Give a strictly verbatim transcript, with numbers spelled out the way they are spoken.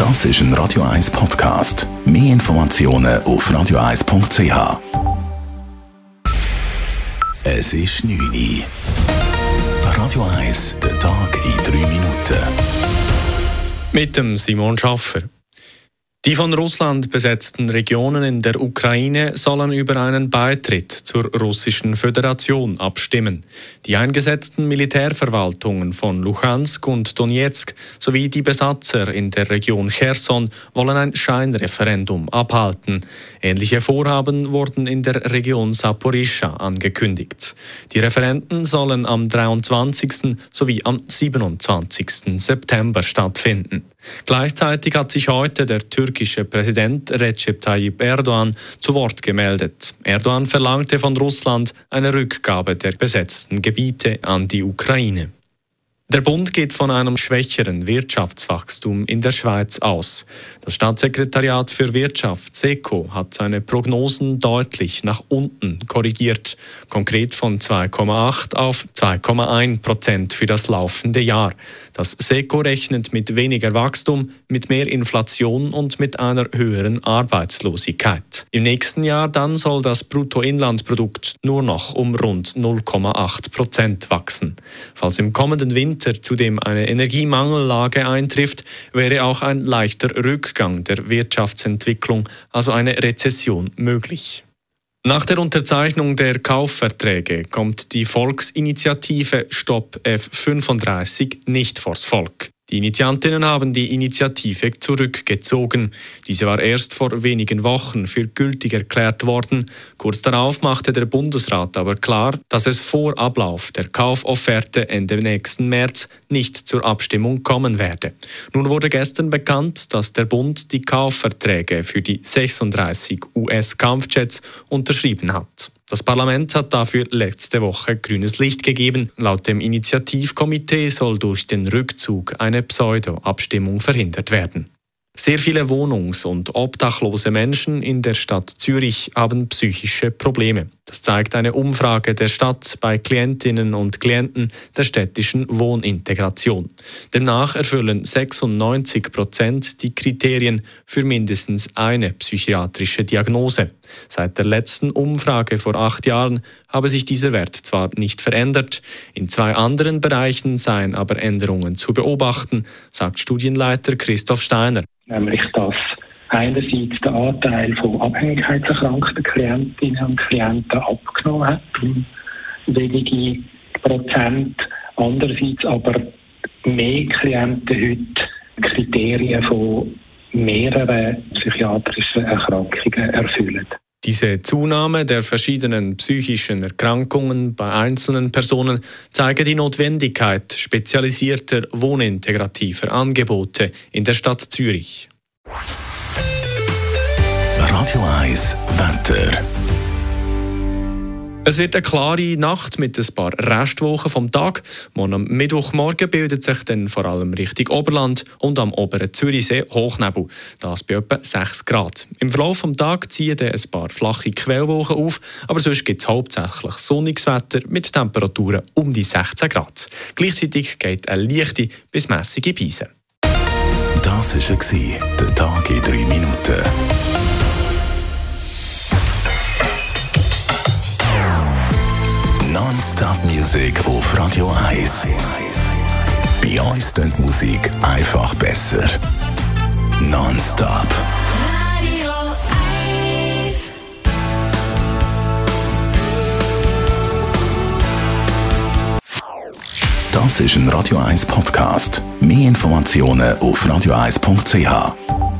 Das ist ein Radio eins Podcast. Mehr Informationen auf radio eins punkt c h. Es ist neun Uhr. Radio eins, der Tag in drei Minuten. Mit dem Simon Schaffer. Die von Russland besetzten Regionen in der Ukraine sollen über einen Beitritt zur Russischen Föderation abstimmen. Die eingesetzten Militärverwaltungen von Luhansk und Donetsk sowie die Besatzer in der Region Cherson wollen ein Scheinreferendum abhalten. Ähnliche Vorhaben wurden in der Region Saporischschja angekündigt. Die Referenden sollen am dreiundzwanzigsten sowie am siebenundzwanzigsten September stattfinden. Gleichzeitig hat sich heute der türkische Präsident Recep Tayyip Erdogan zu Wort gemeldet. Erdogan verlangte von Russland eine Rückgabe der besetzten Gebiete an die Ukraine. Der Bund geht von einem schwächeren Wirtschaftswachstum in der Schweiz aus. Das Staatssekretariat für Wirtschaft SECO hat seine Prognosen deutlich nach unten korrigiert, konkret von zwei Komma acht auf zwei Komma eins Prozent für das laufende Jahr. Das SECO rechnet mit weniger Wachstum, mit mehr Inflation und mit einer höheren Arbeitslosigkeit. Im nächsten Jahr dann soll das Bruttoinlandprodukt nur noch um rund null Komma acht Prozent wachsen. Falls im kommenden Winter zudem eine Energiemangellage eintrifft, wäre auch ein leichter Rückgang der Wirtschaftsentwicklung, also eine Rezession, möglich. Nach der Unterzeichnung der Kaufverträge kommt die Volksinitiative Stopp F fünfunddreißig nicht vors Volk. Die Initiantinnen haben die Initiative zurückgezogen. Diese war erst vor wenigen Wochen für gültig erklärt worden. Kurz darauf machte der Bundesrat aber klar, dass es vor Ablauf der Kaufofferte Ende nächsten März nicht zur Abstimmung kommen werde. Nun wurde gestern bekannt, dass der Bund die Kaufverträge für die sechsunddreißig U S-Kampfjets unterschrieben hat. Das Parlament hat dafür letzte Woche grünes Licht gegeben. Laut dem Initiativkomitee soll durch den Rückzug eine Pseudo-Abstimmung verhindert werden. Sehr viele wohnungs- und obdachlose Menschen in der Stadt Zürich haben psychische Probleme. Das zeigt eine Umfrage der Stadt bei Klientinnen und Klienten der städtischen Wohnintegration. Demnach erfüllen sechsundneunzig Prozent die Kriterien für mindestens eine psychiatrische Diagnose. Seit der letzten Umfrage vor acht Jahren habe sich dieser Wert zwar nicht verändert, in zwei anderen Bereichen seien aber Änderungen zu beobachten, sagt Studienleiter Christoph Steiner. Nämlich, dass einerseits der Anteil von abhängigkeitserkrankten Klientinnen und Klienten abgenommen hat, um wenige Prozent. Andererseits aber mehr Klienten heute Kriterien von mehreren psychiatrischen Erkrankungen erfüllen. Diese Zunahme der verschiedenen psychischen Erkrankungen bei einzelnen Personen zeige die Notwendigkeit spezialisierter wohnintegrativer Angebote in der Stadt Zürich. Radio eins Wetter. Es wird eine klare Nacht mit ein paar Restwochen vom Tag. Morgen am Mittwochmorgen bildet sich dann vor allem Richtung Oberland und am oberen Zürichsee Hochnebel. Das bei etwa sechs Grad. Im Verlauf des Tages ziehen dann ein paar flache Quellwolken auf, aber sonst gibt es hauptsächlich sonniges Wetter mit Temperaturen um die sechzehn Grad. Gleichzeitig geht eine leichte bis mässige Brise. Das war der Tag in drei Minuten. Non-Stop-Musik auf Radio eins. Bei uns klingt die Musik einfach besser. Non-Stop. Radio eins. Das ist ein Radio eins Podcast. Mehr Informationen auf radio eins punkt c h.